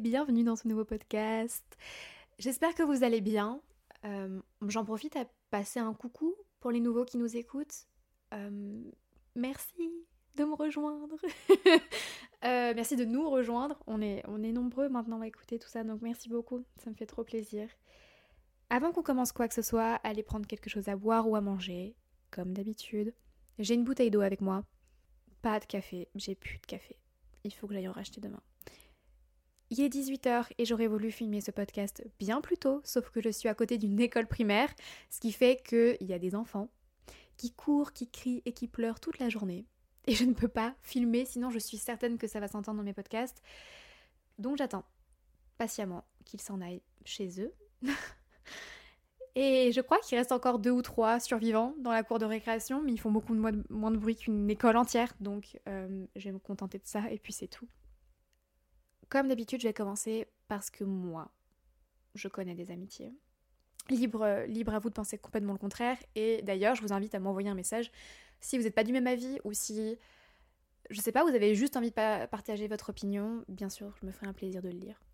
bienvenue dans ce nouveau podcast. J'espère que vous allez bien. J'en profite à passer un coucou pour les nouveaux qui nous écoutent. Merci de me rejoindre. Merci de nous rejoindre. On est nombreux maintenant à écouter tout ça, donc merci beaucoup, ça me fait trop plaisir. Avant qu'on commence quoi que ce soit, allez prendre quelque chose à boire ou à manger, comme d'habitude. J'ai une bouteille d'eau avec moi. Pas de café, j'ai plus de café. Il faut que j'aille en racheter demain. Il est 18h et j'aurais voulu filmer ce podcast bien plus tôt, sauf que je suis à côté d'une école primaire, ce qui fait qu'il y a des enfants qui courent, qui crient et qui pleurent toute la journée. Et je ne peux pas filmer, sinon je suis certaine que ça va s'entendre dans mes podcasts. Donc j'attends patiemment qu'ils s'en aillent chez eux. Et je crois qu'il reste encore 2 ou 3 survivants dans la cour de récréation, mais ils font beaucoup moins de bruit qu'une école entière, donc je vais me contenter de ça et puis c'est tout. Comme d'habitude, je vais commencer parce que moi, je connais des amitiés. Libre à vous de penser complètement le contraire. Et d'ailleurs, je vous invite à m'envoyer un message si vous n'êtes pas du même avis ou si, je sais pas, vous avez juste envie de partager votre opinion. Bien sûr, je me ferai un plaisir de le lire.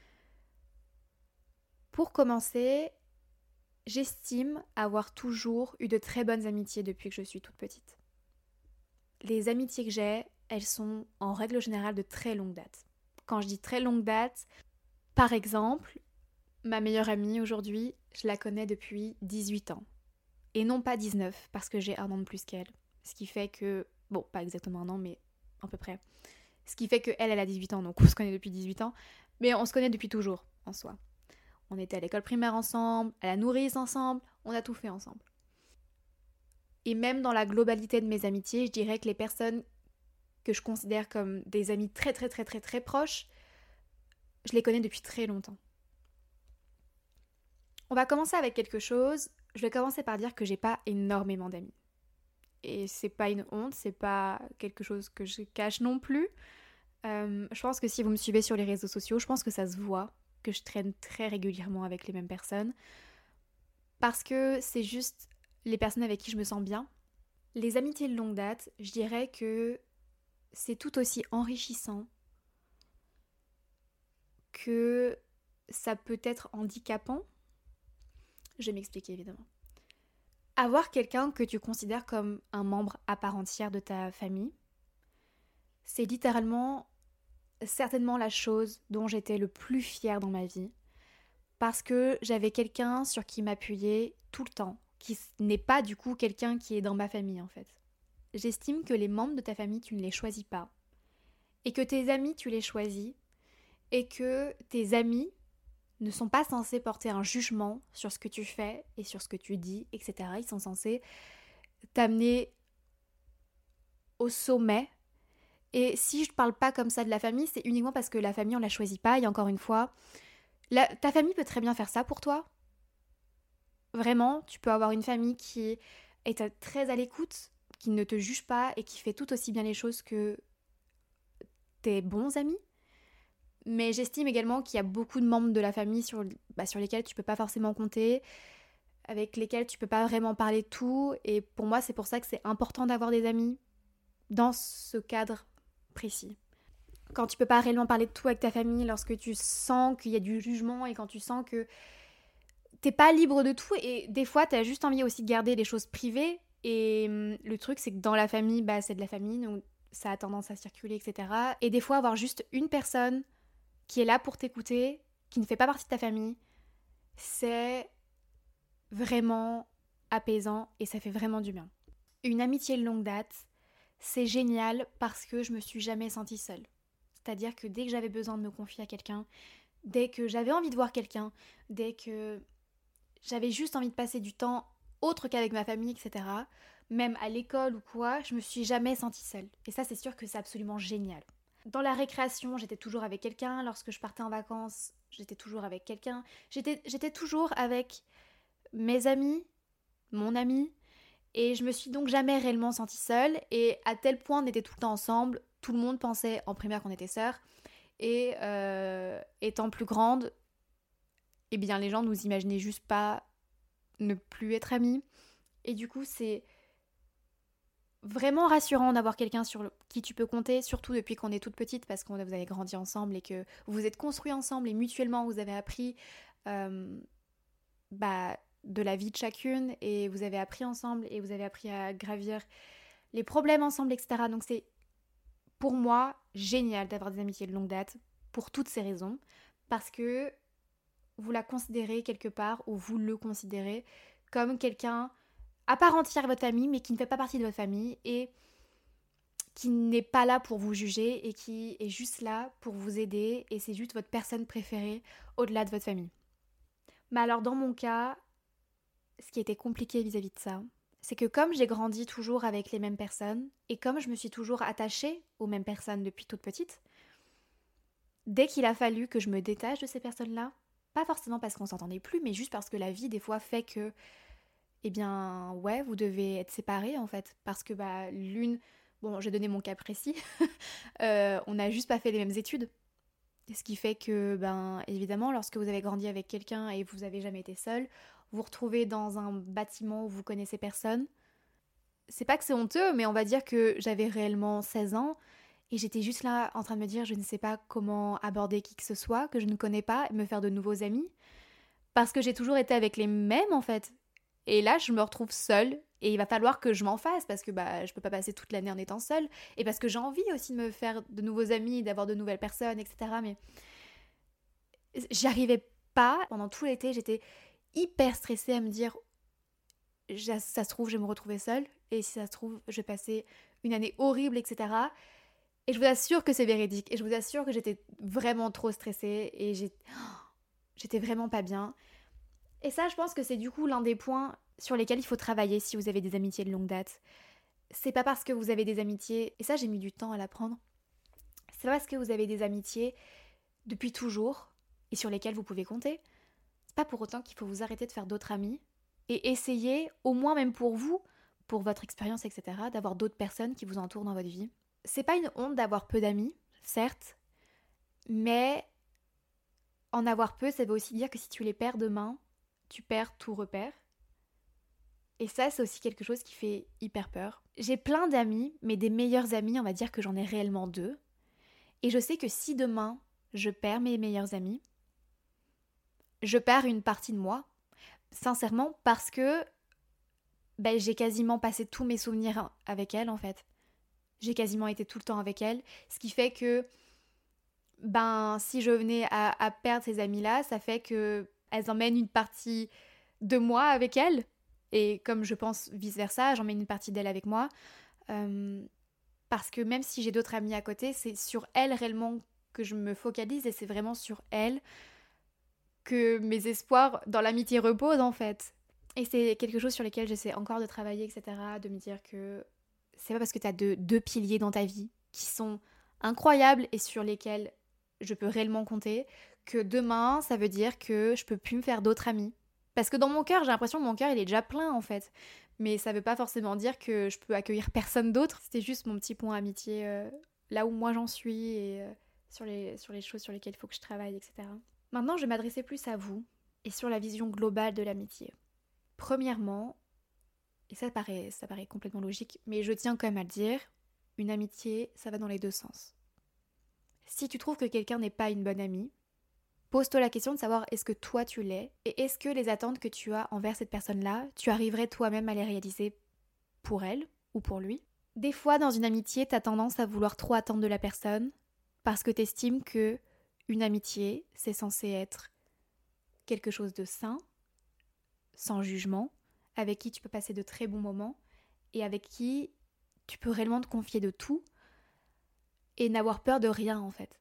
Pour commencer, j'estime avoir toujours eu de très bonnes amitiés depuis que je suis toute petite. Les amitiés que j'ai, elles sont en règle générale de très longue date. Quand je dis très longue date, par exemple, ma meilleure amie aujourd'hui, je la connais depuis 18 ans. Et non pas 19, parce que j'ai 1 an de plus qu'elle. Ce qui fait que, bon, pas exactement 1 an, mais à peu près. Ce qui fait qu'elle a 18 ans, donc on se connaît depuis 18 ans. Mais on se connaît depuis toujours, en soi. On était à l'école primaire ensemble, à la nourrice ensemble, on a tout fait ensemble. Et même dans la globalité de mes amitiés, je dirais que les personnes que je considère comme des amis très très très très très proches, je les connais depuis très longtemps. On va commencer avec quelque chose. Je vais commencer par dire que j'ai pas énormément d'amis. Et c'est pas une honte, c'est pas quelque chose que je cache non plus. Je pense que si vous me suivez sur les réseaux sociaux, je pense que ça se voit que je traîne très régulièrement avec les mêmes personnes. Parce que c'est juste les personnes avec qui je me sens bien. Les amitiés de longue date, je dirais que c'est tout aussi enrichissant que ça peut être handicapant. Je vais m'expliquer évidemment. Avoir quelqu'un que tu considères comme un membre à part entière de ta famille, c'est littéralement certainement la chose dont j'étais le plus fière dans ma vie. Parce que j'avais quelqu'un sur qui m'appuyer tout le temps, qui n'est pas du coup quelqu'un qui est dans ma famille en fait. J'estime que les membres de ta famille, tu ne les choisis pas. Et que tes amis, tu les choisis. Et que tes amis ne sont pas censés porter un jugement sur ce que tu fais et sur ce que tu dis, etc. Ils sont censés t'amener au sommet. Et si je parle pas comme ça de la famille, c'est uniquement parce que la famille, on la choisit pas. Et encore une fois, ta famille peut très bien faire ça pour toi. Vraiment, tu peux avoir une famille qui est très à l'écoute, qui ne te juge pas et qui fait tout aussi bien les choses que tes bons amis. Mais j'estime également qu'il y a beaucoup de membres de la famille sur lesquels tu peux pas forcément compter, avec lesquels tu peux pas vraiment parler de tout. Et pour moi, c'est pour ça que c'est important d'avoir des amis dans ce cadre précis. Quand tu peux pas réellement parler de tout avec ta famille, lorsque tu sens qu'il y a du jugement et quand tu sens que t'es pas libre de tout, et des fois t'as juste envie aussi de garder les choses privées. Et le truc, c'est que dans la famille, c'est de la famille, donc ça a tendance à circuler, etc. Et des fois, avoir juste une personne qui est là pour t'écouter, qui ne fait pas partie de ta famille, c'est vraiment apaisant et ça fait vraiment du bien. Une amitié de longue date, c'est génial parce que je me suis jamais sentie seule. C'est-à-dire que dès que j'avais besoin de me confier à quelqu'un, dès que j'avais envie de voir quelqu'un, dès que j'avais juste envie de passer du temps autre qu'avec ma famille, etc., même à l'école ou quoi, je me suis jamais sentie seule. Et ça, c'est sûr que c'est absolument génial. Dans la récréation, j'étais toujours avec quelqu'un. Lorsque je partais en vacances, j'étais toujours avec quelqu'un. J'étais toujours avec mes amis, mon ami. Et je me suis donc jamais réellement sentie seule. Et à tel point, on était tout le temps ensemble. Tout le monde pensait en primaire qu'on était sœurs. Et étant plus grande, eh bien les gens nous imaginaient juste pas ne plus être amis. Et du coup, c'est vraiment rassurant d'avoir quelqu'un sur qui tu peux compter, surtout depuis qu'on est toute petite, parce que vous avez grandi ensemble et que vous vous êtes construits ensemble et mutuellement vous avez appris euh, de la vie de chacune et vous avez appris ensemble et vous avez appris à gravir les problèmes ensemble, etc. Donc c'est pour moi génial d'avoir des amitiés de longue date pour toutes ces raisons, parce que vous la considérez quelque part ou vous le considérez comme quelqu'un à part entière de votre famille, mais qui ne fait pas partie de votre famille et qui n'est pas là pour vous juger et qui est juste là pour vous aider et c'est juste votre personne préférée au-delà de votre famille. Mais alors dans mon cas, ce qui était compliqué vis-à-vis de ça, c'est que comme j'ai grandi toujours avec les mêmes personnes et comme je me suis toujours attachée aux mêmes personnes depuis toute petite, dès qu'il a fallu que je me détache de ces personnes-là, pas forcément parce qu'on s'entendait plus, mais juste parce que la vie des fois fait que eh bien, ouais, vous devez être séparés en fait. Parce que l'une, bon, j'ai donné mon cas précis, on n'a juste pas fait les mêmes études. Ce qui fait que, évidemment, lorsque vous avez grandi avec quelqu'un et vous n'avez jamais été seul, vous vous retrouvez dans un bâtiment où vous connaissez personne. C'est pas que c'est honteux, mais on va dire que j'avais réellement 16 ans et j'étais juste là en train de me dire je ne sais pas comment aborder qui que ce soit, que je ne connais pas, me faire de nouveaux amis. Parce que j'ai toujours été avec les mêmes en fait. Et là, je me retrouve seule et il va falloir que je m'en fasse parce que je peux pas passer toute l'année en étant seule et parce que j'ai envie aussi de me faire de nouveaux amis, d'avoir de nouvelles personnes, etc. Mais j'y arrivais pas. Pendant tout l'été, j'étais hyper stressée à me dire ça se trouve, je vais me retrouver seule et si ça se trouve, je vais passer une année horrible, etc. Et je vous assure que c'est véridique et je vous assure que j'étais vraiment trop stressée et j'étais vraiment pas bien. Et ça, je pense que c'est du coup l'un des points sur lesquels il faut travailler si vous avez des amitiés de longue date. C'est pas parce que vous avez des amitiés, et ça j'ai mis du temps à l'apprendre, c'est pas parce que vous avez des amitiés depuis toujours et sur lesquelles vous pouvez compter, c'est pas pour autant qu'il faut vous arrêter de faire d'autres amis et essayer, au moins même pour vous, pour votre expérience, etc., d'avoir d'autres personnes qui vous entourent dans votre vie. C'est pas une honte d'avoir peu d'amis, certes, mais en avoir peu, ça veut aussi dire que si tu les perds demain, tu perds tout repère. Et ça, c'est aussi quelque chose qui fait hyper peur. J'ai plein d'amis, mais des meilleurs amis, on va dire que j'en ai réellement 2. Et je sais que si demain, je perds mes meilleurs amis, je perds une partie de moi, sincèrement, parce que j'ai quasiment passé tous mes souvenirs avec elle, en fait. J'ai quasiment été tout le temps avec elle, ce qui fait que, si je venais à perdre ces amis-là, ça fait que elles emmènent une partie de moi avec elles. Et comme je pense vice-versa, j'emmène une partie d'elles avec moi. Parce que même si j'ai d'autres amis à côté, c'est sur elles réellement que je me focalise et c'est vraiment sur elles que mes espoirs dans l'amitié reposent en fait. Et c'est quelque chose sur lequel j'essaie encore de travailler, etc. De me dire que c'est pas parce que t'as deux piliers dans ta vie qui sont incroyables et sur lesquels je peux réellement compter que demain, ça veut dire que je peux plus me faire d'autres amis. Parce que dans mon cœur, j'ai l'impression que mon cœur, il est déjà plein en fait. Mais ça veut pas forcément dire que je peux accueillir personne d'autre. C'était juste mon petit point amitié, là où moi j'en suis et sur les choses sur lesquelles il faut que je travaille, etc. Maintenant, je vais m'adresser plus à vous et sur la vision globale de l'amitié. Premièrement, et ça paraît complètement logique, mais je tiens quand même à le dire, une amitié, ça va dans les deux sens. Si tu trouves que quelqu'un n'est pas une bonne amie, pose-toi la question de savoir est-ce que toi tu l'es et est-ce que les attentes que tu as envers cette personne-là, tu arriverais toi-même à les réaliser pour elle ou pour lui. Des fois, dans une amitié, t'as tendance à vouloir trop attendre de la personne parce que t'estimes que une amitié, c'est censé être quelque chose de sain, sans jugement, avec qui tu peux passer de très bons moments et avec qui tu peux réellement te confier de tout et n'avoir peur de rien en fait.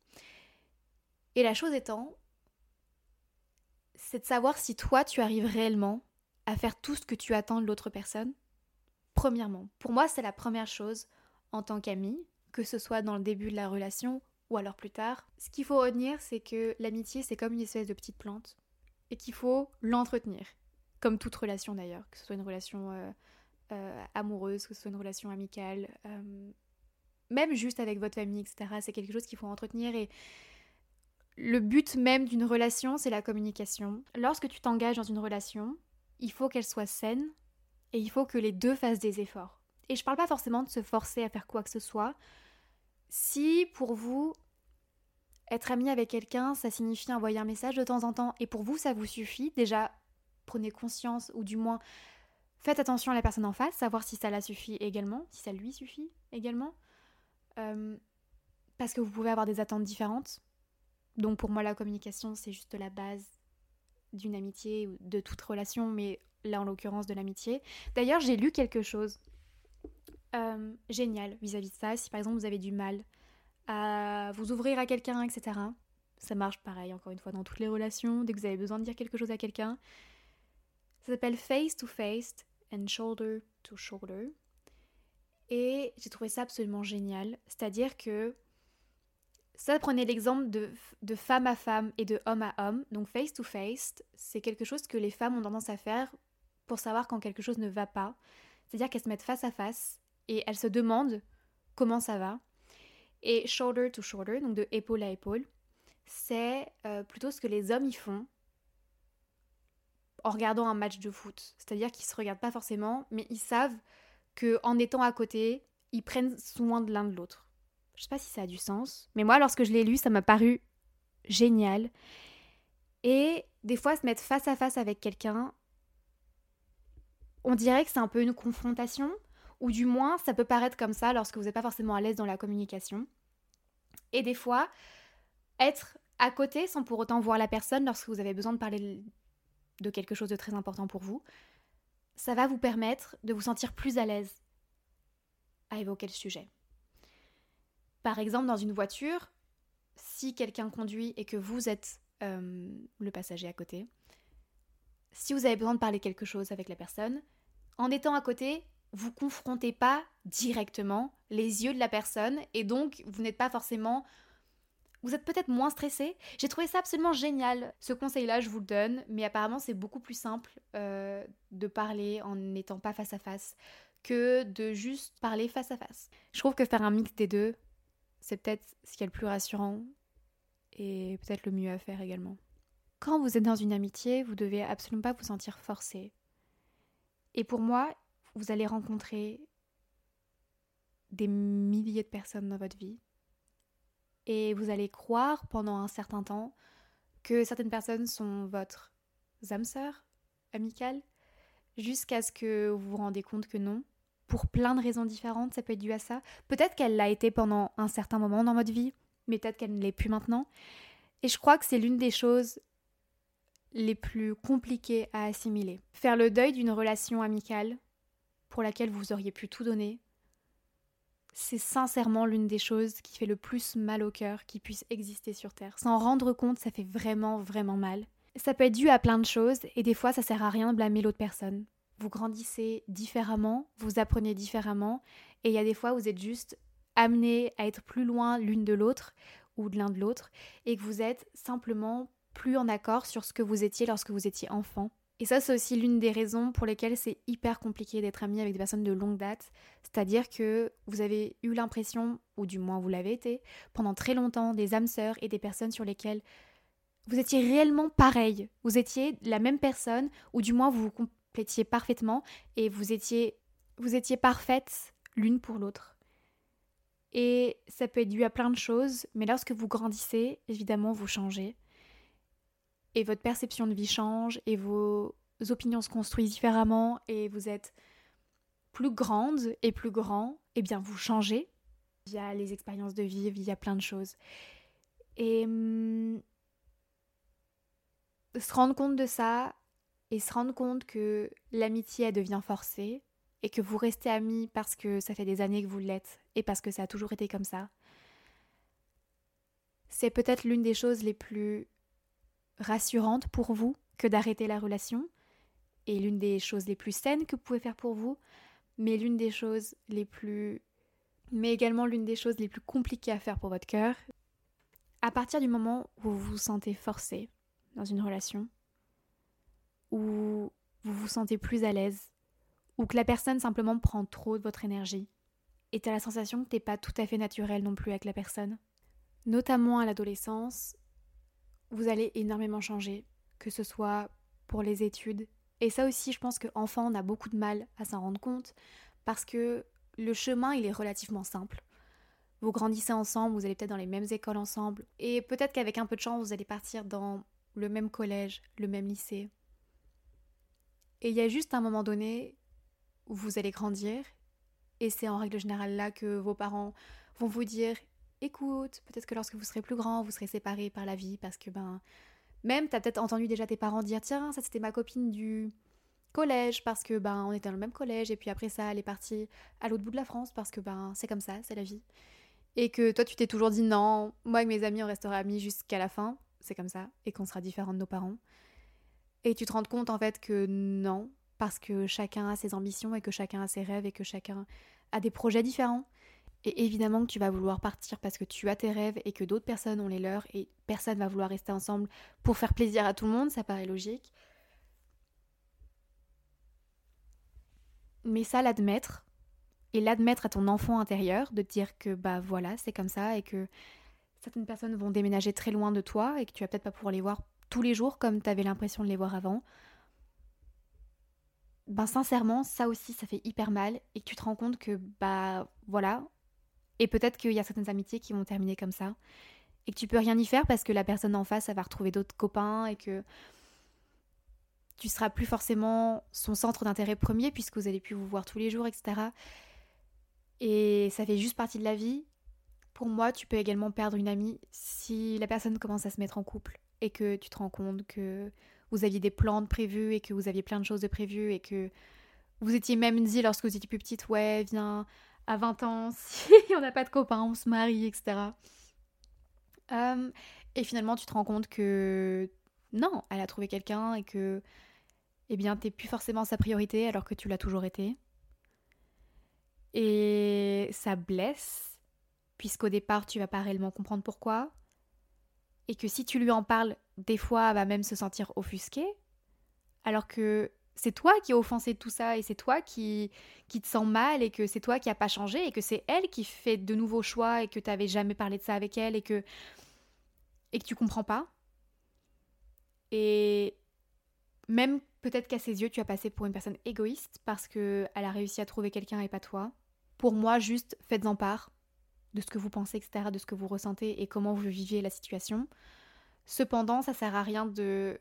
Et la chose étant, c'est de savoir si toi tu arrives réellement à faire tout ce que tu attends de l'autre personne. Premièrement, pour moi c'est la première chose en tant qu'amie, que ce soit dans le début de la relation ou alors plus tard. Ce qu'il faut retenir, c'est que l'amitié c'est comme une espèce de petite plante et qu'il faut l'entretenir. Comme toute relation d'ailleurs, que ce soit une relation amoureuse, que ce soit une relation amicale, même juste avec votre famille, etc. C'est quelque chose qu'il faut entretenir et le but même d'une relation, c'est la communication. Lorsque tu t'engages dans une relation, il faut qu'elle soit saine et il faut que les deux fassent des efforts. Et je parle pas forcément de se forcer à faire quoi que ce soit. Si pour vous, être ami avec quelqu'un, ça signifie envoyer un message de temps en temps, et pour vous, ça vous suffit, déjà, prenez conscience, ou du moins, faites attention à la personne en face, savoir si ça la suffit également, si ça lui suffit également. Parce que vous pouvez avoir des attentes différentes. Donc pour moi, la communication, c'est juste la base d'une amitié ou de toute relation, mais là, en l'occurrence, de l'amitié. D'ailleurs, j'ai lu quelque chose génial vis-à-vis de ça. Si par exemple, vous avez du mal à vous ouvrir à quelqu'un, etc. Ça marche pareil, encore une fois, dans toutes les relations. Dès que vous avez besoin de dire quelque chose à quelqu'un, ça s'appelle face to face and shoulder to shoulder. Et j'ai trouvé ça absolument génial. C'est-à-dire que ça prenait l'exemple de femme à femme et de homme à homme. Donc face to face, c'est quelque chose que les femmes ont tendance à faire pour savoir quand quelque chose ne va pas. C'est-à-dire qu'elles se mettent face à face et elles se demandent comment ça va. Et shoulder to shoulder, donc de épaule à épaule, c'est plutôt ce que les hommes y font en regardant un match de foot. C'est-à-dire qu'ils se regardent pas forcément, mais ils savent qu'en étant à côté, ils prennent soin de l'un de l'autre. Je sais pas si ça a du sens, mais moi, lorsque je l'ai lu, ça m'a paru génial. Et des fois, se mettre face à face avec quelqu'un, on dirait que c'est un peu une confrontation, ou du moins, ça peut paraître comme ça lorsque vous n'êtes pas forcément à l'aise dans la communication. Et des fois, être à côté sans pour autant voir la personne lorsque vous avez besoin de parler de quelque chose de très important pour vous, ça va vous permettre de vous sentir plus à l'aise à évoquer le sujet. Par exemple, dans une voiture, si quelqu'un conduit et que vous êtes le passager à côté, si vous avez besoin de parler quelque chose avec la personne, en étant à côté, vous confrontez pas directement les yeux de la personne et donc vous n'êtes pas forcément... Vous êtes peut-être moins stressé. J'ai trouvé ça absolument génial. Ce conseil-là, je vous le donne, mais apparemment c'est beaucoup plus simple de parler en n'étant pas face à face que de juste parler face à face. Je trouve que faire un mix des deux, c'est peut-être ce qui est le plus rassurant et peut-être le mieux à faire également. Quand vous êtes dans une amitié, vous devez absolument pas vous sentir forcé. Et pour moi, vous allez rencontrer des milliers de personnes dans votre vie. Et vous allez croire pendant un certain temps que certaines personnes sont votre âme sœur amicale, jusqu'à ce que vous vous rendez compte que non. Pour plein de raisons différentes, ça peut être dû à ça. Peut-être qu'elle l'a été pendant un certain moment dans votre vie, mais peut-être qu'elle ne l'est plus maintenant. Et je crois que c'est l'une des choses les plus compliquées à assimiler. Faire le deuil d'une relation amicale pour laquelle vous auriez pu tout donner, c'est sincèrement l'une des choses qui fait le plus mal au cœur qui puisse exister sur Terre. S'en rendre compte, ça fait vraiment, vraiment mal. Ça peut être dû à plein de choses et des fois, ça sert à rien de blâmer l'autre personne. Vous grandissez différemment, vous apprenez différemment et il y a des fois où vous êtes juste amenés à être plus loin l'une de l'autre ou de l'un de l'autre et que vous êtes simplement plus en accord sur ce que vous étiez lorsque vous étiez enfant. Et ça, c'est aussi l'une des raisons pour lesquelles c'est hyper compliqué d'être ami avec des personnes de longue date. C'est-à-dire que vous avez eu l'impression, ou du moins vous l'avez été, pendant très longtemps, des âmes sœurs et des personnes sur lesquelles vous étiez réellement pareil. Vous étiez la même personne, ou du moins vous vous complétiez parfaitement et vous étiez parfaites l'une pour l'autre. Et ça peut être dû à plein de choses, mais lorsque vous grandissez, évidemment, vous changez. Et votre perception de vie change, et vos opinions se construisent différemment, et vous êtes plus grande et plus grand, et bien vous changez via les expériences de vie, via plein de choses. Et se rendre compte de ça, et se rendre compte que l'amitié, elle devient forcée, et que vous restez amis parce que ça fait des années que vous l'êtes, et parce que ça a toujours été comme ça, c'est peut-être l'une des choses les plus rassurante pour vous que d'arrêter la relation et l'une des choses les plus saines que vous pouvez faire pour vous, mais également l'une des choses les plus compliquées à faire pour votre cœur. À partir du moment où vous vous sentez forcé dans une relation, où vous vous sentez plus à l'aise, ou que la personne simplement prend trop de votre énergie, et t'as la sensation que t'es pas tout à fait naturel non plus avec la personne, notamment à l'adolescence, vous allez énormément changer, que ce soit pour les études. Et ça aussi, je pense qu'enfant, on a beaucoup de mal à s'en rendre compte parce que le chemin, il est relativement simple. Vous grandissez ensemble, vous allez peut-être dans les mêmes écoles ensemble, et peut-être qu'avec un peu de chance, vous allez partir dans le même collège, le même lycée. Et il y a juste un moment donné où vous allez grandir, et c'est en règle générale là que vos parents vont vous dire « Écoute, peut-être que lorsque vous serez plus grand, vous serez séparés par la vie, parce que même t'as peut-être entendu déjà tes parents dire « Tiens, ça c'était ma copine du collège, parce que on était dans le même collège, et puis après ça, elle est partie à l'autre bout de la France, parce que c'est comme ça, c'est la vie. » Et que toi, tu t'es toujours dit non, moi avec mes amis, on restera amis jusqu'à la fin, c'est comme ça, et qu'on sera différents de nos parents. Et tu te rends compte en fait que non, parce que chacun a ses ambitions et que chacun a ses rêves et que chacun a des projets différents. Et évidemment que tu vas vouloir partir parce que tu as tes rêves et que d'autres personnes ont les leurs et personne va vouloir rester ensemble pour faire plaisir à tout le monde, ça paraît logique. Mais ça, l'admettre, et l'admettre à ton enfant intérieur, de te dire que voilà, c'est comme ça et que certaines personnes vont déménager très loin de toi et que tu vas peut-être pas pouvoir les voir tous les jours comme tu avais l'impression de les voir avant. Sincèrement, ça aussi, ça fait hyper mal et que tu te rends compte que voilà. Et peut-être qu'il y a certaines amitiés qui vont terminer comme ça et que tu peux rien y faire parce que la personne en face, elle va retrouver d'autres copains et que tu seras plus forcément son centre d'intérêt premier puisque vous allez plus vous voir tous les jours, etc. Et ça fait juste partie de la vie. Pour moi, tu peux également perdre une amie si la personne commence à se mettre en couple et que tu te rends compte que vous aviez des plans de prévus et que vous aviez plein de choses de prévues et que vous étiez même dit lorsque vous étiez plus petite, ouais, viens, à 20 ans, si on n'a pas de copains, on se marie, etc. Et finalement, tu te rends compte que non, elle a trouvé quelqu'un et que, t'es plus forcément sa priorité alors que tu l'as toujours été. Et ça blesse, puisqu'au départ, tu vas pas réellement comprendre pourquoi. Et que si tu lui en parles, des fois, elle va même se sentir offusquée. Alors que c'est toi qui as offensé tout ça et c'est toi qui te sens mal et que c'est toi qui n'as pas changé et que c'est elle qui fait de nouveaux choix et que tu n'avais jamais parlé de ça avec elle et que tu comprends pas. Et même peut-être qu'à ses yeux, tu as passé pour une personne égoïste parce qu'elle a réussi à trouver quelqu'un et pas toi. Pour moi, juste faites-en part de ce que vous pensez, etc., de ce que vous ressentez et comment vous viviez la situation. Cependant, ça sert à rien de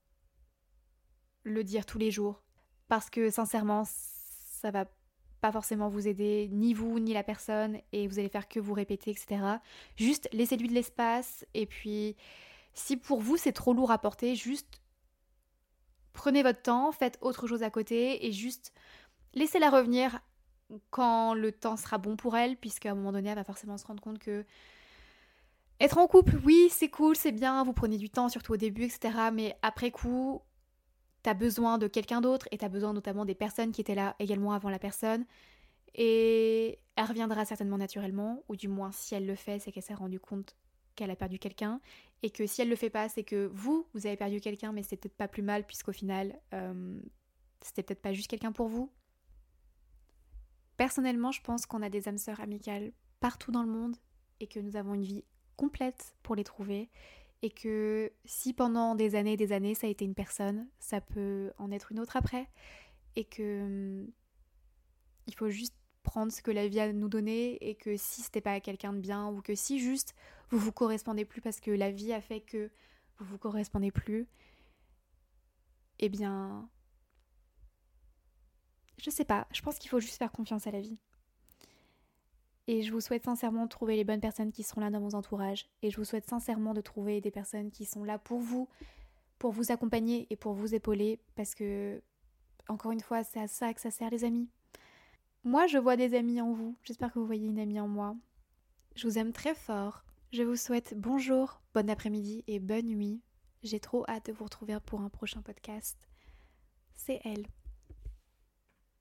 le dire tous les jours parce que sincèrement, ça va pas forcément vous aider, ni vous, ni la personne, et vous allez faire que vous répéter, etc. Juste laissez-lui de l'espace, et puis si pour vous c'est trop lourd à porter, juste prenez votre temps, faites autre chose à côté, et juste laissez-la revenir quand le temps sera bon pour elle, puisqu'à un moment donné, elle va forcément se rendre compte que être en couple, oui, c'est cool, c'est bien, vous prenez du temps, surtout au début, etc. Mais après coup, t'as besoin de quelqu'un d'autre et t'as besoin notamment des personnes qui étaient là également avant la personne. Et elle reviendra certainement naturellement, ou du moins si elle le fait, c'est qu'elle s'est rendue compte qu'elle a perdu quelqu'un. Et que si elle le fait pas, c'est que vous avez perdu quelqu'un, mais c'était peut-être pas plus mal, puisqu'au final, c'était peut-être pas juste quelqu'un pour vous. Personnellement, je pense qu'on a des âmes sœurs amicales partout dans le monde et que nous avons une vie complète pour les trouver. Et que si pendant des années, ça a été une personne, ça peut en être une autre après. Et que il faut juste prendre ce que la vie a à nous donner et que si c'était pas quelqu'un de bien ou que si juste vous correspondez plus parce que la vie a fait que vous correspondez plus, je sais pas, je pense qu'il faut juste faire confiance à la vie. Et je vous souhaite sincèrement de trouver les bonnes personnes qui seront là dans vos entourages. Et je vous souhaite sincèrement de trouver des personnes qui sont là pour vous accompagner et pour vous épauler. Parce que, encore une fois, c'est à ça que ça sert les amis. Moi, je vois des amis en vous. J'espère que vous voyez une amie en moi. Je vous aime très fort. Je vous souhaite bonjour, bon après-midi et bonne nuit. J'ai trop hâte de vous retrouver pour un prochain podcast. C'est elle.